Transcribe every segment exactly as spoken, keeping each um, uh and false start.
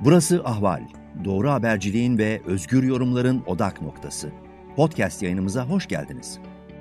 Burası Ahval, doğru haberciliğin ve özgür yorumların odak noktası. Podcast yayınımıza hoş geldiniz.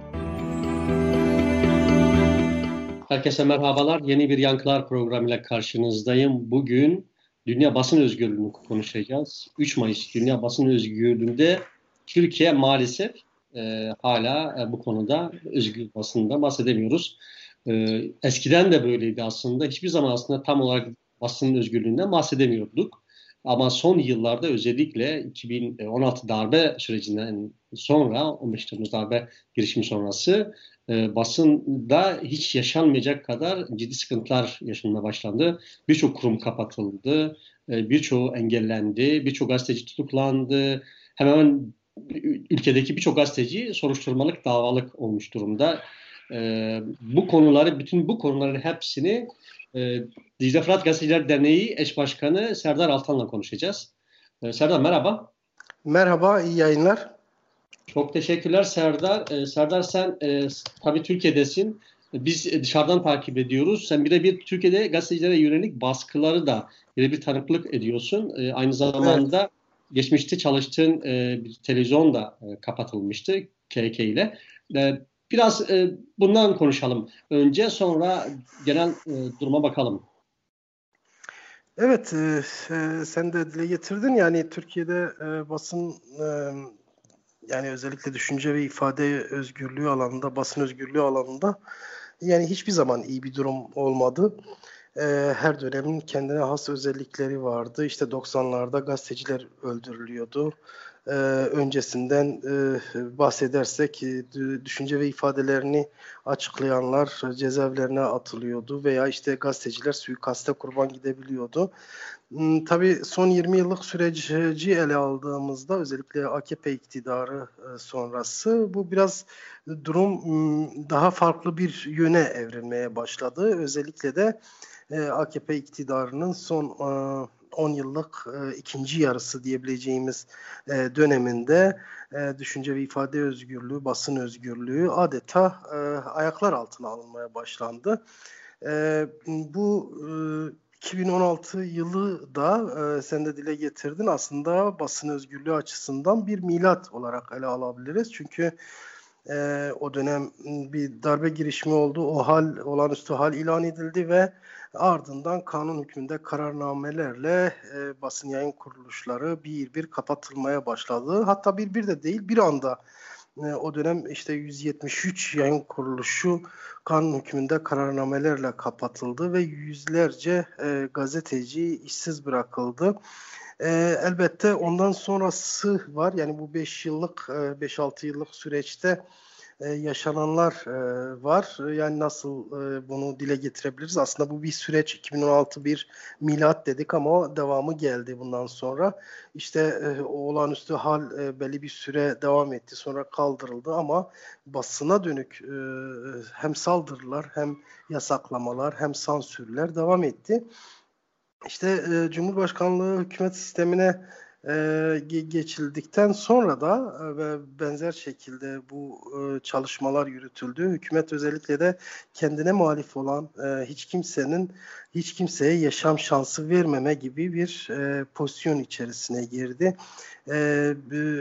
Herkese merhabalar. Yeni bir Yankılar programıyla karşınızdayım. Bugün Dünya Basın Özgürlüğü'nü konuşacağız. üç Mayıs Dünya Basın Özgürlüğü'nde Türkiye maalesef e, hala e, bu konuda özgür basında bahsedemiyoruz. E, eskiden de böyleydi aslında. Hiçbir zaman aslında tam olarak basın özgürlüğünden bahsedemiyorduk. Ama son yıllarda özellikle iki bin on altı darbe sürecinden sonra, on beş Temmuz darbe girişimi sonrası e, basında hiç yaşanmayacak kadar ciddi sıkıntılar yaşanmaya başlandı. Birçok kurum kapatıldı, e, birçoğu engellendi, birçok gazeteci tutuklandı. Hemen hemen ülkedeki birçok gazeteci soruşturmalık, davalık olmuş durumda. E, bu konuları, bütün bu konuların hepsini e, Dicle Fırat Gazeteciler Derneği eş başkanı Serdar Altan'la konuşacağız. E, Serdar merhaba. Merhaba, iyi yayınlar. Çok teşekkürler Serdar. Ee, Serdar sen e, tabii Türkiye'desin. Biz dışarıdan takip ediyoruz. Sen birebir Türkiye'de gazetecilere yönelik baskıları da birebir tanıklık ediyorsun. E, aynı zamanda evet. Geçmişte çalıştığın e, bir televizyon da e, kapatılmıştı K K ile. E, biraz e, bundan konuşalım. Önce sonra genel e, duruma bakalım. Evet, e, e, sen de dile getirdin. Yani Türkiye'de e, basın e, yani özellikle düşünce ve ifade özgürlüğü alanında, basın özgürlüğü alanında yani hiçbir zaman iyi bir durum olmadı. E, her dönemin kendine has özellikleri vardı. İşte doksanlarda gazeteciler öldürülüyordu. Ee, öncesinden e, bahsedersek e, düşünce ve ifadelerini açıklayanlar cezaevlerine atılıyordu veya işte gazeteciler suikaste kurban gidebiliyordu. Hmm, tabii son yirmi yıllık süreci ele aldığımızda özellikle A K P iktidarı e, sonrası bu biraz durum m, daha farklı bir yöne evrilmeye başladı. Özellikle de e, A K P iktidarının son e, on yıllık e, ikinci yarısı diyebileceğimiz e, döneminde e, düşünce ve ifade özgürlüğü, basın özgürlüğü adeta e, ayaklar altına alınmaya başlandı. E, bu e, iki bin on altı yılı da e, sen de dile getirdin, aslında basın özgürlüğü açısından bir milat olarak ele alabiliriz. Çünkü e, o dönem bir darbe girişimi oldu. O hal, olağanüstü hal ilan edildi ve ardından kanun hükmünde kararnamelerle e, basın yayın kuruluşları bir bir kapatılmaya başladı. Hatta bir bir de değil, bir anda e, o dönem işte yüz yetmiş üç yayın kuruluşu kanun hükmünde kararnamelerle kapatıldı ve yüzlerce e, gazeteci işsiz bırakıldı. E, elbette ondan sonrası var. Yani bu beş yıllık, e, beş altı yıllık süreçte e, yaşananlar e, var. Yani nasıl e, bunu dile getirebiliriz? Aslında bu bir süreç. iki bin on altı bir milat dedik ama devamı geldi bundan sonra. İşte e, o olağanüstü hal e, belli bir süre devam etti. Sonra kaldırıldı ama basına dönük e, hem saldırılar hem yasaklamalar hem sansürler devam etti. İşte e, Cumhurbaşkanlığı hükümet sistemine e, ge- geçildikten sonra da e, ve benzer şekilde bu e, çalışmalar yürütüldü. Hükümet özellikle de kendine muhalif olan e, hiç kimsenin hiç kimseye yaşam şansı vermeme gibi bir e, pozisyon içerisine girdi. E,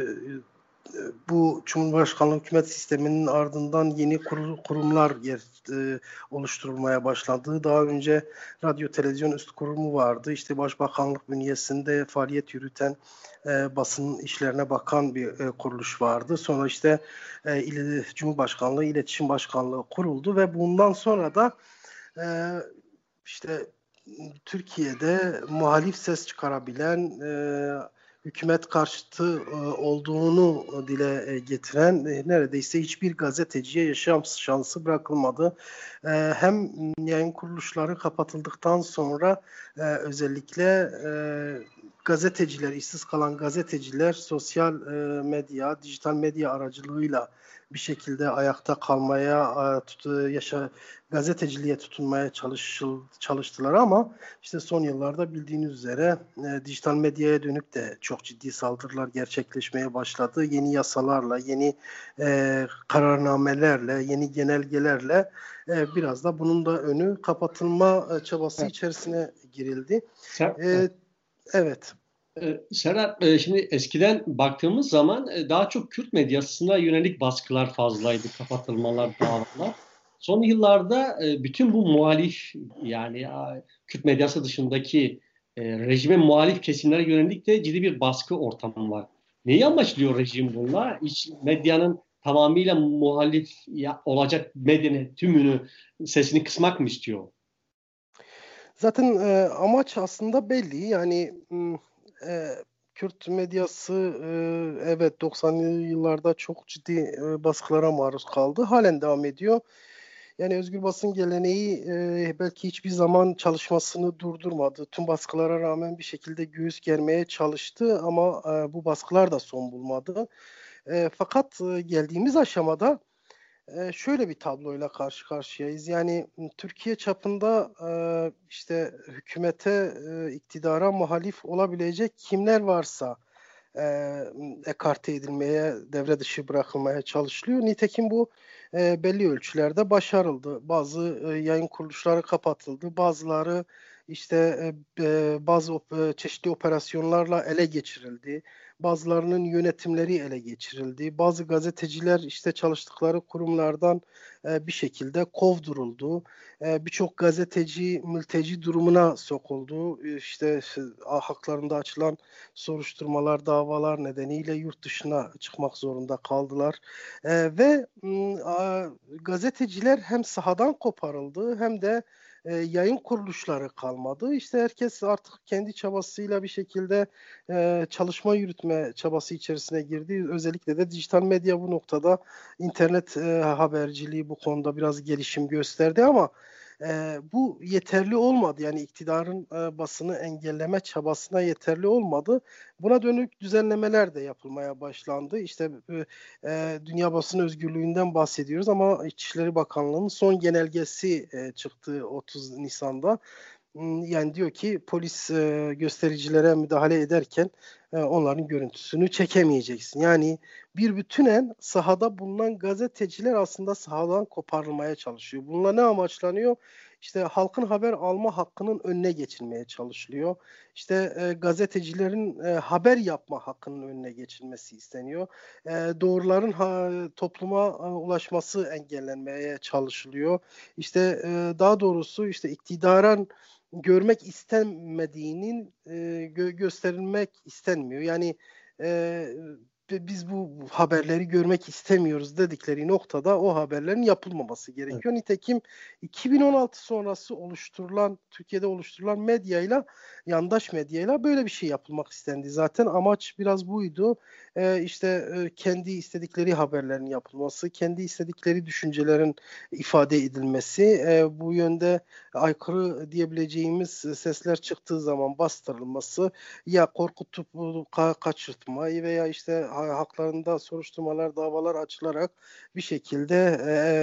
Bu Cumhurbaşkanlığı hükümet sisteminin ardından yeni kur, kurumlar yer, e, oluşturulmaya başladı. Daha önce Radyo Televizyon Üst Kurumu vardı. İşte Başbakanlık bünyesinde faaliyet yürüten e, basın işlerine bakan bir e, kuruluş vardı. Sonra işte e, İl, Cumhurbaşkanlığı İletişim Başkanlığı kuruldu ve bundan sonra da e, işte Türkiye'de muhalif ses çıkarabilen, e, hükümet karşıtı e, olduğunu dile e, getiren e, neredeyse hiçbir gazeteciye yaşam şansı bırakılmadı. E, hem yayın kuruluşları kapatıldıktan sonra e, özellikle e, gazeteciler, işsiz kalan gazeteciler sosyal e, medya, dijital medya aracılığıyla bir şekilde ayakta kalmaya, e, tut, yaşa, gazeteciliğe tutunmaya çalışıl, çalıştılar ama işte son yıllarda bildiğiniz üzere e, dijital medyaya dönük de çok ciddi saldırılar gerçekleşmeye başladı. Yeni yasalarla, yeni e, kararnamelerle, yeni genelgelerle e, biraz da bunun da önü kapatılma çabası evet. içerisine girildi. Sen, e, Evet. Ee, Serhat, e, şimdi eskiden baktığımız zaman e, daha çok Kürt medyasına yönelik baskılar fazlaydı, kapatılmalar, davalar. Son yıllarda e, bütün bu muhalif, yani ya, Kürt medyası dışındaki e, rejime muhalif kesimlere yönelik de ciddi bir baskı ortamı var. Neyi amaçlıyor rejim bununla? İç medyanın tamamıyla muhalif ya, olacak medyanın tümünü, sesini kısmak mı istiyor? Zaten e, amaç aslında belli. Yani m, e, Kürt medyası e, evet doksanlı yıllarda çok ciddi e, baskılara maruz kaldı. Halen devam ediyor. Yani özgür basın geleneği e, belki hiçbir zaman çalışmasını durdurmadı. Tüm baskılara rağmen bir şekilde göğüs germeye çalıştı ama e, bu baskılar da son bulmadı. E, fakat e, geldiğimiz aşamada e, şöyle bir tabloyla karşı karşıyayız. Yani Türkiye çapında e, işte hükümete, e, iktidara muhalif olabilecek kimler varsa e, ekarte edilmeye, devre dışı bırakılmaya çalışılıyor. Nitekim bu e, belli ölçülerde başarıldı. Bazı e, yayın kuruluşları kapatıldı. Bazıları işte e, e, bazı op- e, çeşitli operasyonlarla ele geçirildi. Bazılarının yönetimleri ele geçirildi. Bazı gazeteciler işte çalıştıkları kurumlardan e, bir şekilde kovduruldu. E, birçok gazeteci mülteci durumuna sokuldu. E, İşte haklarında açılan soruşturmalar, davalar nedeniyle yurt dışına çıkmak zorunda kaldılar. E, ve m, a, gazeteciler hem sahadan koparıldı hem de e, yayın kuruluşları kalmadı. İşte herkes artık kendi çabasıyla bir şekilde e, çalışma yürütme çabası içerisine girdi. Özellikle de dijital medya bu noktada internet e, haberciliği bu konuda biraz gelişim gösterdi ama e, bu yeterli olmadı. Yani iktidarın e, basını engelleme çabasına yeterli olmadı. Buna dönük düzenlemeler de yapılmaya başlandı. İşte e, Dünya Basın Özgürlüğü'nden bahsediyoruz ama İçişleri Bakanlığı'nın son genelgesi e, çıktı otuz Nisan'da. Yani diyor ki polis e, göstericilere müdahale ederken e, onların görüntüsünü çekemeyeceksin. Yani bir bütünen sahada bulunan gazeteciler aslında sahadan koparılmaya çalışıyor. Bununla ne amaçlanıyor? İşte halkın haber alma hakkının önüne geçilmeye çalışılıyor. İşte e, gazetecilerin e, haber yapma hakkının önüne geçilmesi isteniyor. E, doğruların ha, topluma e, ulaşması engellenmeye çalışılıyor. İşte e, daha doğrusu işte iktidarın görmek istenmediğinin e, gö- gösterilmek istenmiyor. Yani e, biz bu haberleri görmek istemiyoruz dedikleri noktada o haberlerin yapılmaması Evet. gerekiyor. Nitekim iki bin on altı sonrası oluşturulan, Türkiye'de oluşturulan medyayla, yandaş medyayla böyle bir şey yapılmak istendi. Zaten amaç biraz buydu. E, işte e, kendi istedikleri haberlerin yapılması, kendi istedikleri düşüncelerin ifade edilmesi, e, bu yönde aykırı diyebileceğimiz sesler çıktığı zaman bastırılması, ya korkutup ka- kaçırtma veya işte haklarında soruşturmalar, davalar açılarak bir şekilde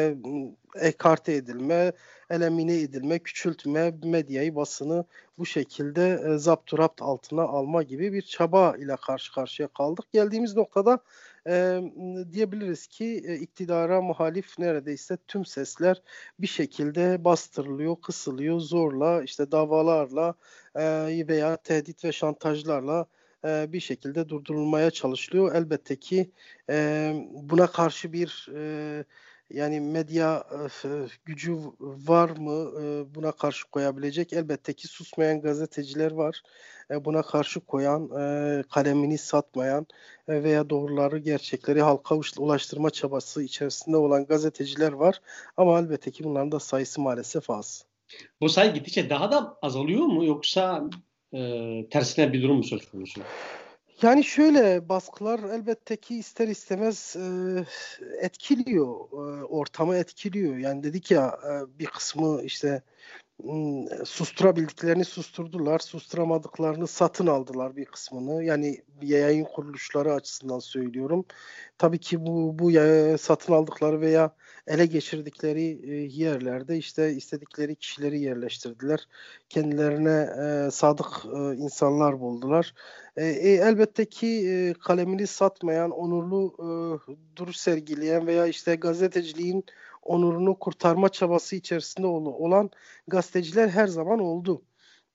e, ekarte edilme, elemine edilme, küçültme, medyayı, basını bu şekilde e, zapturapt altına alma gibi bir çaba ile karşı karşıya kaldık. Geldiğimiz noktada e, diyebiliriz ki e, iktidara muhalif neredeyse tüm sesler bir şekilde bastırılıyor, kısılıyor, zorla, işte davalarla e, veya tehdit ve şantajlarla e, bir şekilde durdurulmaya çalışılıyor. Elbette ki e, buna karşı bir e, yani medya e, gücü var mı e, buna karşı koyabilecek? Elbette ki susmayan gazeteciler var. E, buna karşı koyan, e, kalemini satmayan e, veya doğruları, gerçekleri halka ulaştırma çabası içerisinde olan gazeteciler var. Ama elbette ki bunların da sayısı maalesef az. Bu sayı gittikçe daha da azalıyor mu, yoksa e, tersine bir durum mu söz konusu? Yani şöyle baskılar elbette ki ister istemez e, etkiliyor, e, ortamı etkiliyor. Yani dedik ya e, bir kısmı işte Hmm, susturabildiklerini susturdular, susturamadıklarını satın aldılar bir kısmını. Yani yayın kuruluşları açısından söylüyorum. Tabii ki bu bu ya- satın aldıkları veya ele geçirdikleri e, yerlerde işte istedikleri kişileri yerleştirdiler. Kendilerine e, sadık e, insanlar buldular. E, e, elbette ki e, kalemini satmayan, onurlu e, duruş sergileyen veya işte gazeteciliğin onurunu kurtarma çabası içerisinde olan gazeteciler her zaman oldu.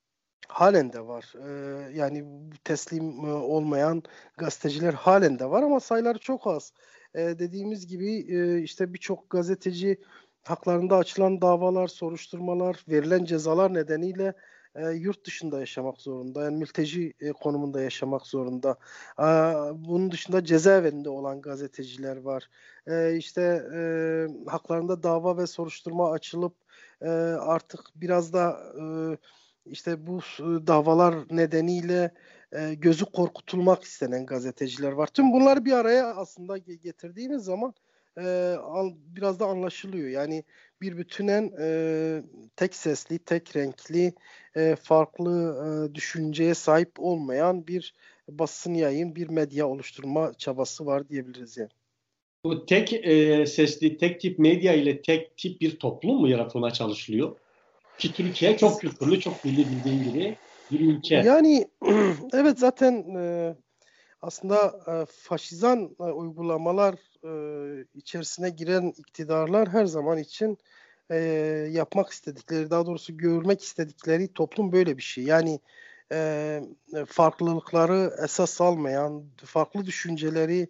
halen de var. Ee, yani teslim e, olmayan gazeteciler halen de var ama sayıları çok az. Ee, dediğimiz gibi e, işte birçok gazeteci haklarında açılan davalar, soruşturmalar, verilen cezalar nedeniyle e, yurt dışında yaşamak zorunda. Yani mülteci e, konumunda yaşamak zorunda. Ee, bunun dışında cezaevinde olan gazeteciler var. Ee, işte e, haklarında dava ve soruşturma açılıp e, artık biraz da e, işte bu davalar nedeniyle e, gözü korkutulmak istenen gazeteciler var. Tüm bunları bir araya aslında getirdiğimiz zaman e, al, biraz da anlaşılıyor. Yani bir bütünen e, tek sesli, tek renkli, e, farklı e, düşünceye sahip olmayan bir basın yayın, bir medya oluşturma çabası var diyebiliriz yani. Bu tek e, sesli, tek tip medya ile tek tip bir toplum mu yaratılmaya çalışılıyor? Ki Türkiye çok kültürlü, çok dilli bildiğin gibi bir ülke. Yani evet zaten e, aslında e, faşizan e, uygulamalar e, içerisine giren iktidarlar her zaman için e, yapmak istedikleri, daha doğrusu görmek istedikleri toplum böyle bir şey. Yani e, farklılıkları esas almayan, farklı düşünceleri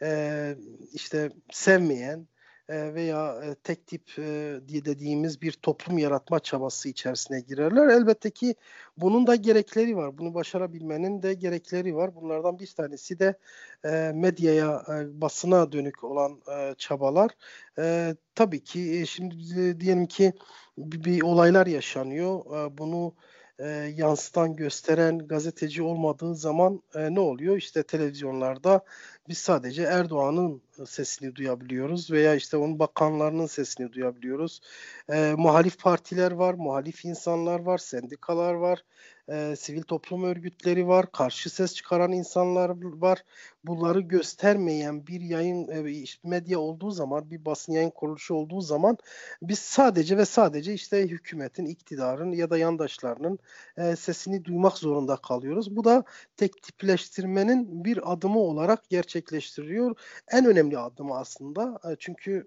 e, işte sevmeyen e, veya e, tek tip e, diye dediğimiz bir toplum yaratma çabası içerisine girerler. Elbette ki bunun da gerekleri var. Bunu başarabilmenin de gerekleri var. Bunlardan bir tanesi de e, medyaya, e, basına dönük olan e, çabalar. E, tabii ki e, şimdi e, diyelim ki bir, bir olaylar yaşanıyor. E, bunu e, yansıtan, gösteren gazeteci olmadığı zaman e, ne oluyor? İşte televizyonlarda biz sadece Erdoğan'ın sesini duyabiliyoruz veya işte onun bakanlarının sesini duyabiliyoruz. E, muhalif partiler var, muhalif insanlar var, sendikalar var, e, sivil toplum örgütleri var, karşı ses çıkaran insanlar var. Bunları göstermeyen bir yayın e, medya olduğu zaman, bir basın yayın kuruluşu olduğu zaman biz sadece ve sadece işte hükümetin, iktidarın ya da yandaşlarının e, sesini duymak zorunda kalıyoruz. Bu da tek tipleştirmenin bir adımı olarak gerçekleştiriyor. En önemli adımı aslında. E, çünkü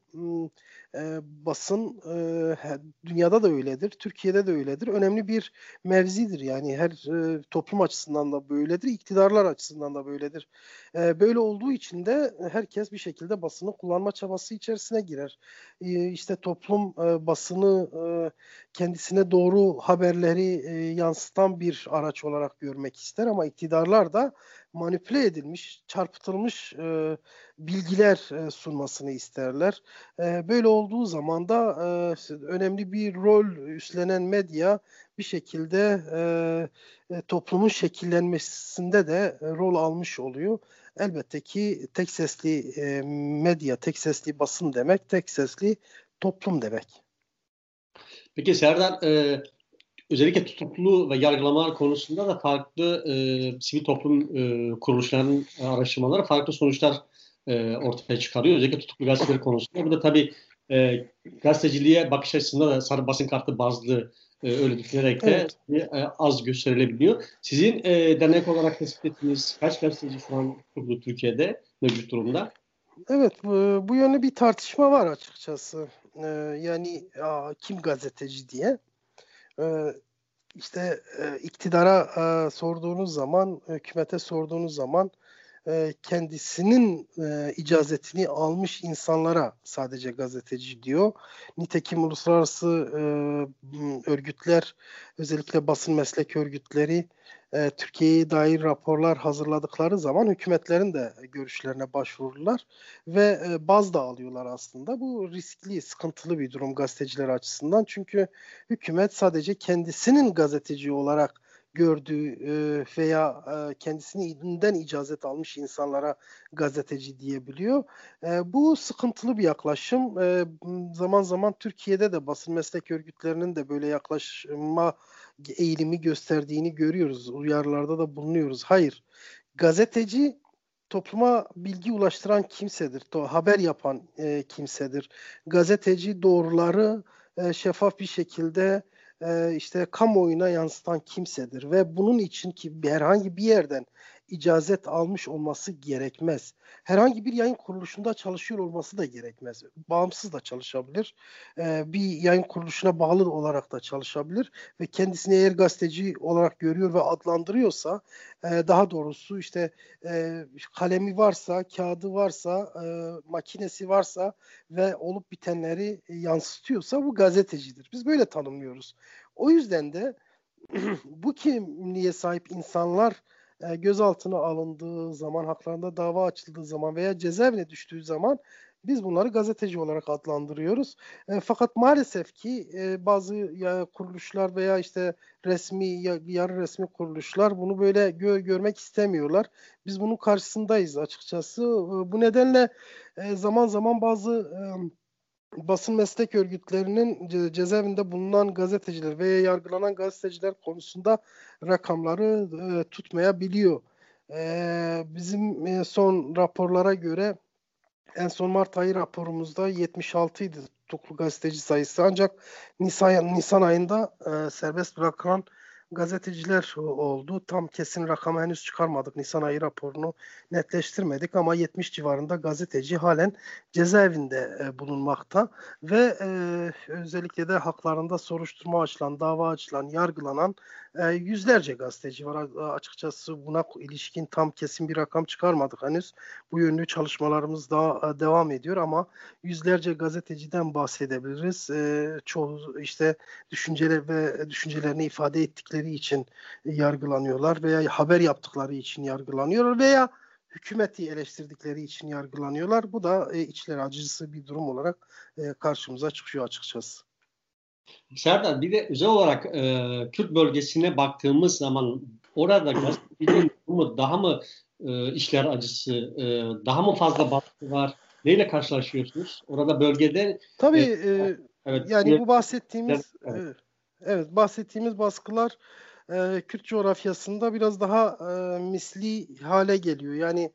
e, basın e, dünyada da öyledir, Türkiye'de de öyledir. Önemli bir mevzidir yani her e, toplum açısından da böyledir, iktidarlar açısından da böyledir. E, böyle olduğu için de herkes bir şekilde basını kullanma çabası içerisine girer. E, işte toplum e, basını e, kendisine doğru haberleri e, yansıtan bir araç olarak görmek ister ama iktidarlar da manipüle edilmiş, çarpıtılmış e, bilgiler e, sunmasını isterler. E, böyle olduğu zaman da e, önemli bir rol üstlenen medya bir şekilde e, e, toplumun şekillenmesinde de e, rol almış oluyor. Elbette ki tek sesli e, medya, tek sesli basın demek, tek sesli toplum demek. Peki Serdar, e, özellikle tutuklu ve yargılamalar konusunda da farklı e, sivil toplum e, kuruluşlarının araştırmaları farklı sonuçlar e, ortaya çıkarıyor. Özellikle tutuklu gazeteciler konusunda. Bu da tabii e, gazeteciliğe bakış açısında da sarı basın kartı bazlı e, öyle düşünerek de Evet. e, az gösterilebiliyor. Sizin e, dernek olarak tespit ettiğiniz kaç gazeteci şu an tutuklu Türkiye'de mevcut durumda? Evet, bu, bu yönde bir tartışma var açıkçası. Ee, yani aa, kim gazeteci diye. Ee, işte e, iktidara e, sorduğunuz zaman, hükümete sorduğunuz zaman e, kendisinin e, icazetini almış insanlara sadece gazeteci diyor. Nitekim uluslararası e, örgütler, özellikle basın meslek örgütleri e, Türkiye'ye dair raporlar hazırladıkları zaman hükümetlerin de görüşlerine başvururlar ve e, baz da alıyorlar aslında. Bu riskli, sıkıntılı bir durum gazeteciler açısından. Çünkü hükümet sadece kendisinin gazeteci olarak gördüğü e, veya e, kendisinden icazet almış insanlara gazeteci diyebiliyor. E, bu sıkıntılı bir yaklaşım. E, zaman zaman Türkiye'de de basın meslek örgütlerinin de böyle yaklaşma eğilimi gösterdiğini görüyoruz. Uyarılarda da bulunuyoruz. Hayır, gazeteci topluma bilgi ulaştıran kimsedir. To- haber yapan e, kimsedir. Gazeteci doğruları e, şeffaf bir şekilde e, işte kamuoyuna yansıtan kimsedir ve bunun için ki herhangi bir yerden icazet almış olması gerekmez. Herhangi bir yayın kuruluşunda çalışıyor olması da gerekmez. Bağımsız da çalışabilir. Ee, bir yayın kuruluşuna bağlı olarak da çalışabilir ve kendisini eğer gazeteci olarak görüyor ve adlandırıyorsa, e, daha doğrusu işte e, kalemi varsa, kağıdı varsa, e, makinesi varsa ve olup bitenleri yansıtıyorsa bu gazetecidir. Biz böyle tanımlıyoruz. O yüzden de bu kimliğe sahip insanlar e, gözaltına alındığı zaman, haklarında dava açıldığı zaman veya cezaevine düştüğü zaman biz bunları gazeteci olarak adlandırıyoruz. E, fakat maalesef ki e, bazı ya, kuruluşlar veya işte resmi ya, yarı resmi kuruluşlar bunu böyle gö- görmek istemiyorlar. Biz bunun karşısındayız açıkçası. E, bu nedenle e, zaman zaman bazı e, basın meslek örgütlerinin ce- cezaevinde bulunan gazeteciler veya yargılanan gazeteciler konusunda rakamları e, tutmayabiliyor. E, bizim e, son raporlara göre en son Mart ayı raporumuzda yetmiş altı idi tutuklu gazeteci sayısı. Ancak Nisan, Nisan ayında e, serbest bırakılan gazeteciler oldu. Tam kesin rakamı henüz çıkarmadık. Nisan ayı raporunu netleştirmedik ama yetmiş civarında gazeteci halen cezaevinde e, bulunmakta ve e, özellikle de haklarında soruşturma açılan, dava açılan, yargılanan e, yüzlerce gazeteci var. Açıkçası buna ilişkin tam kesin bir rakam çıkarmadık henüz. Bu yönlü çalışmalarımız daha devam ediyor ama yüzlerce gazeteciden bahsedebiliriz. E, çoğu işte düşünceler ve düşüncelerini ifade ettikleri için yargılanıyorlar veya haber yaptıkları için yargılanıyorlar veya hükümeti eleştirdikleri için yargılanıyorlar. Bu da e, içler acısı bir durum olarak e, karşımıza çıkıyor açıkçası. Serdar, bir de özel olarak e, Kürt bölgesine baktığımız zaman orada gazeteciliğin durumu daha mı e, işler acısı, e, daha mı fazla baskı var? Neyle karşılaşıyorsunuz? Orada bölgede Tabii e, e, evet, yani bu bahsettiğimiz evet. e, evet bahsettiğimiz baskılar e, Kürt coğrafyasında biraz daha e, misli hale geliyor. Yani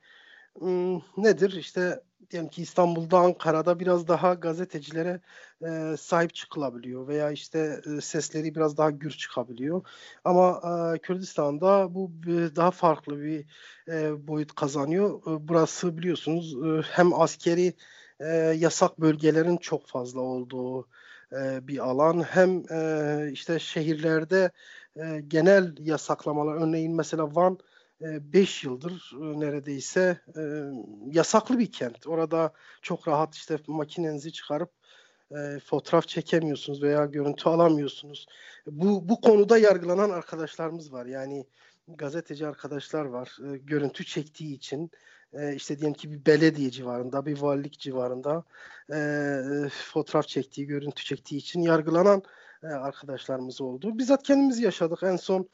m, nedir? İşte diyelim ki İstanbul'da, Ankara'da biraz daha gazetecilere e, sahip çıkılabiliyor veya işte e, sesleri biraz daha gür çıkabiliyor. Ama e, Kürdistan'da bu bir- daha farklı bir e, boyut kazanıyor. E, burası biliyorsunuz e, hem askeri e, yasak bölgelerin çok fazla olduğu e, bir alan, hem e, işte şehirlerde e, genel yasaklamalar, örneğin mesela Van beş yıldır e, neredeyse e, yasaklı bir kent. Orada çok rahat işte makinenizi çıkarıp e, fotoğraf çekemiyorsunuz veya görüntü alamıyorsunuz. Bu bu konuda yargılanan arkadaşlarımız var. Yani gazeteci arkadaşlar var. E, görüntü çektiği için e, işte diyelim ki bir belediye civarında, bir valilik civarında e, e, fotoğraf çektiği, görüntü çektiği için yargılanan e, arkadaşlarımız oldu. Bizzat kendimiz yaşadık. En son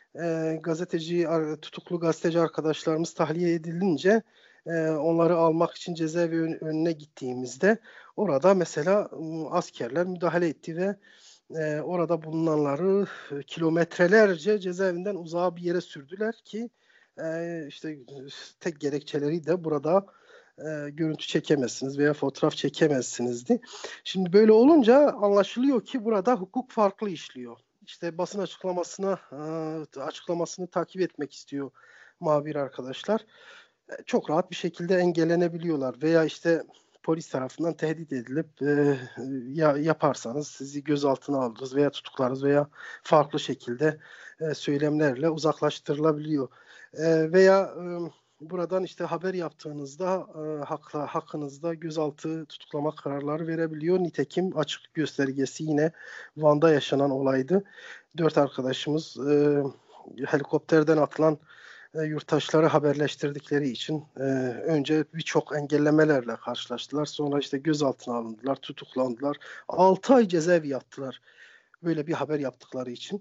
e, gazeteci, tutuklu gazeteci arkadaşlarımız tahliye edilince e, onları almak için cezaevi önüne gittiğimizde orada mesela askerler müdahale etti ve e, orada bulunanları kilometrelerce cezaevinden uzağa bir yere sürdüler ki e, işte tek gerekçeleri de burada e, görüntü çekemezsiniz veya fotoğraf çekemezsinizdi. Şimdi böyle olunca anlaşılıyor ki burada hukuk farklı işliyor. İşte basın açıklamasına e, açıklamasını takip etmek istiyor muhabir arkadaşlar. E, çok rahat bir şekilde engellenebiliyorlar veya işte polis tarafından tehdit edilip e, ya yaparsanız sizi gözaltına alırız veya tutuklarız veya farklı şekilde e, söylemlerle uzaklaştırılabiliyor. E, veya e, buradan işte haber yaptığınızda e, hakla, hakkınızda gözaltı tutuklama kararları verebiliyor. Nitekim açık göstergesi yine Van'da yaşanan olaydı. Dört arkadaşımız e, helikopterden atılan e, yurttaşları haberleştirdikleri için e, önce birçok engellemelerle karşılaştılar. Sonra işte gözaltına alındılar, tutuklandılar. altı ay cezaevi yattılar. Böyle bir haber yaptıkları için.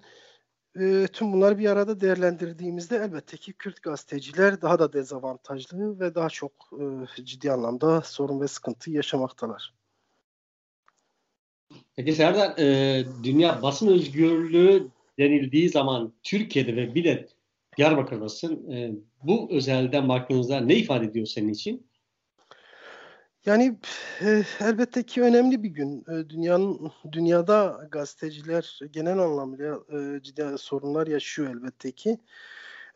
E, tüm bunları bir arada değerlendirdiğimizde elbette ki Kürt gazeteciler daha da dezavantajlı ve daha çok e, ciddi anlamda sorun ve sıkıntı yaşamaktalar. Peki Serdar, e, dünya basın özgürlüğü denildiği zaman Türkiye'de ve bir de Diyarbakır'dasın. E, bu özelden baktığınızda ne ifade ediyor senin için? Yani e, elbette ki önemli bir gün. E, dünyanın dünyada gazeteciler genel anlamda e, ciddi sorunlar yaşıyor elbette ki.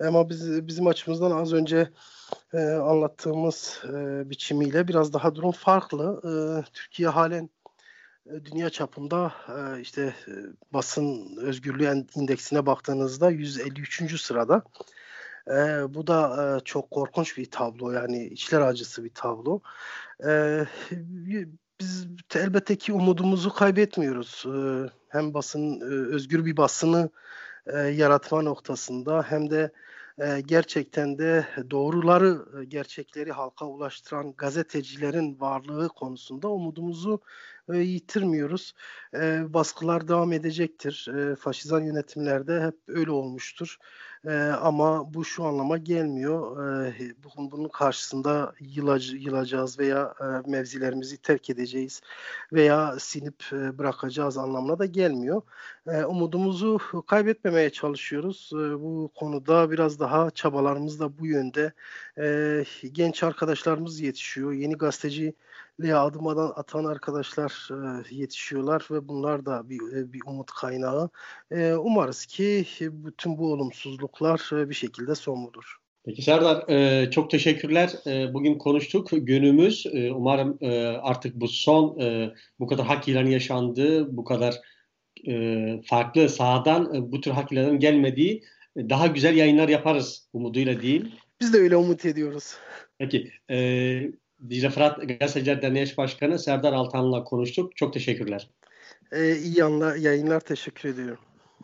Ama biz, bizim açımızdan az önce e, anlattığımız e, biçimiyle biraz daha durum farklı. E, Türkiye halen e, dünya çapında e, işte e, basın özgürlüğü indeksine baktığınızda yüz elli üçüncü sırada. E, bu da e, çok korkunç bir tablo, yani içler acısı bir tablo. E, Biz elbette ki umudumuzu kaybetmiyoruz. E, hem basın e, özgür bir basını e, yaratma noktasında hem de e, gerçekten de doğruları, e, gerçekleri halka ulaştıran gazetecilerin varlığı konusunda umudumuzu e, yitirmiyoruz. E, baskılar devam edecektir. E, faşizan yönetimlerde hep öyle olmuştur. E, ama bu şu anlama gelmiyor. E, bunun, bunun karşısında yılac, yılacağız veya e, mevzilerimizi terk edeceğiz veya sinip e, bırakacağız anlamına da gelmiyor. E, umudumuzu kaybetmemeye çalışıyoruz. E, bu konuda biraz daha çabalarımız da bu yönde. E, genç arkadaşlarımız yetişiyor. Yeni gazeteciliğe adım atan arkadaşlar e, yetişiyorlar ve bunlar da bir, bir umut kaynağı. E, umarız ki bütün bu olumsuzluklar e, bir şekilde son bulur. Peki Serdar, e, çok teşekkürler. E, bugün konuştuk günümüz. E, umarım e, artık bu son, e, bu kadar hak ilanı yaşandığı, bu kadar e, farklı sahadan e, bu tür hak ilanının gelmediği e, daha güzel yayınlar yaparız umuduyla değil. Biz de öyle umut ediyoruz. Peki, e, Dicle Fırat Gazeteciler Derneği Eş Başkanı Serdar Altan'la konuştuk. Çok teşekkürler. E, iyi yanlar, yayınlar, teşekkür ediyorum.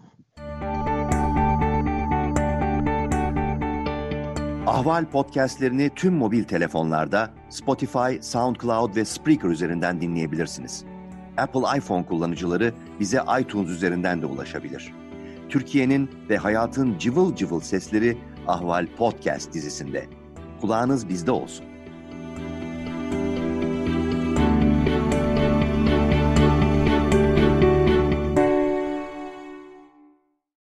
Ahval podcastlerini tüm mobil telefonlarda Spotify, SoundCloud ve Spreaker üzerinden dinleyebilirsiniz. Apple iPhone kullanıcıları bize iTunes üzerinden de ulaşabilir. Türkiye'nin ve hayatın cıvıl cıvıl sesleri Ahval Podcast dizisinde. Kulağınız bizde olsun.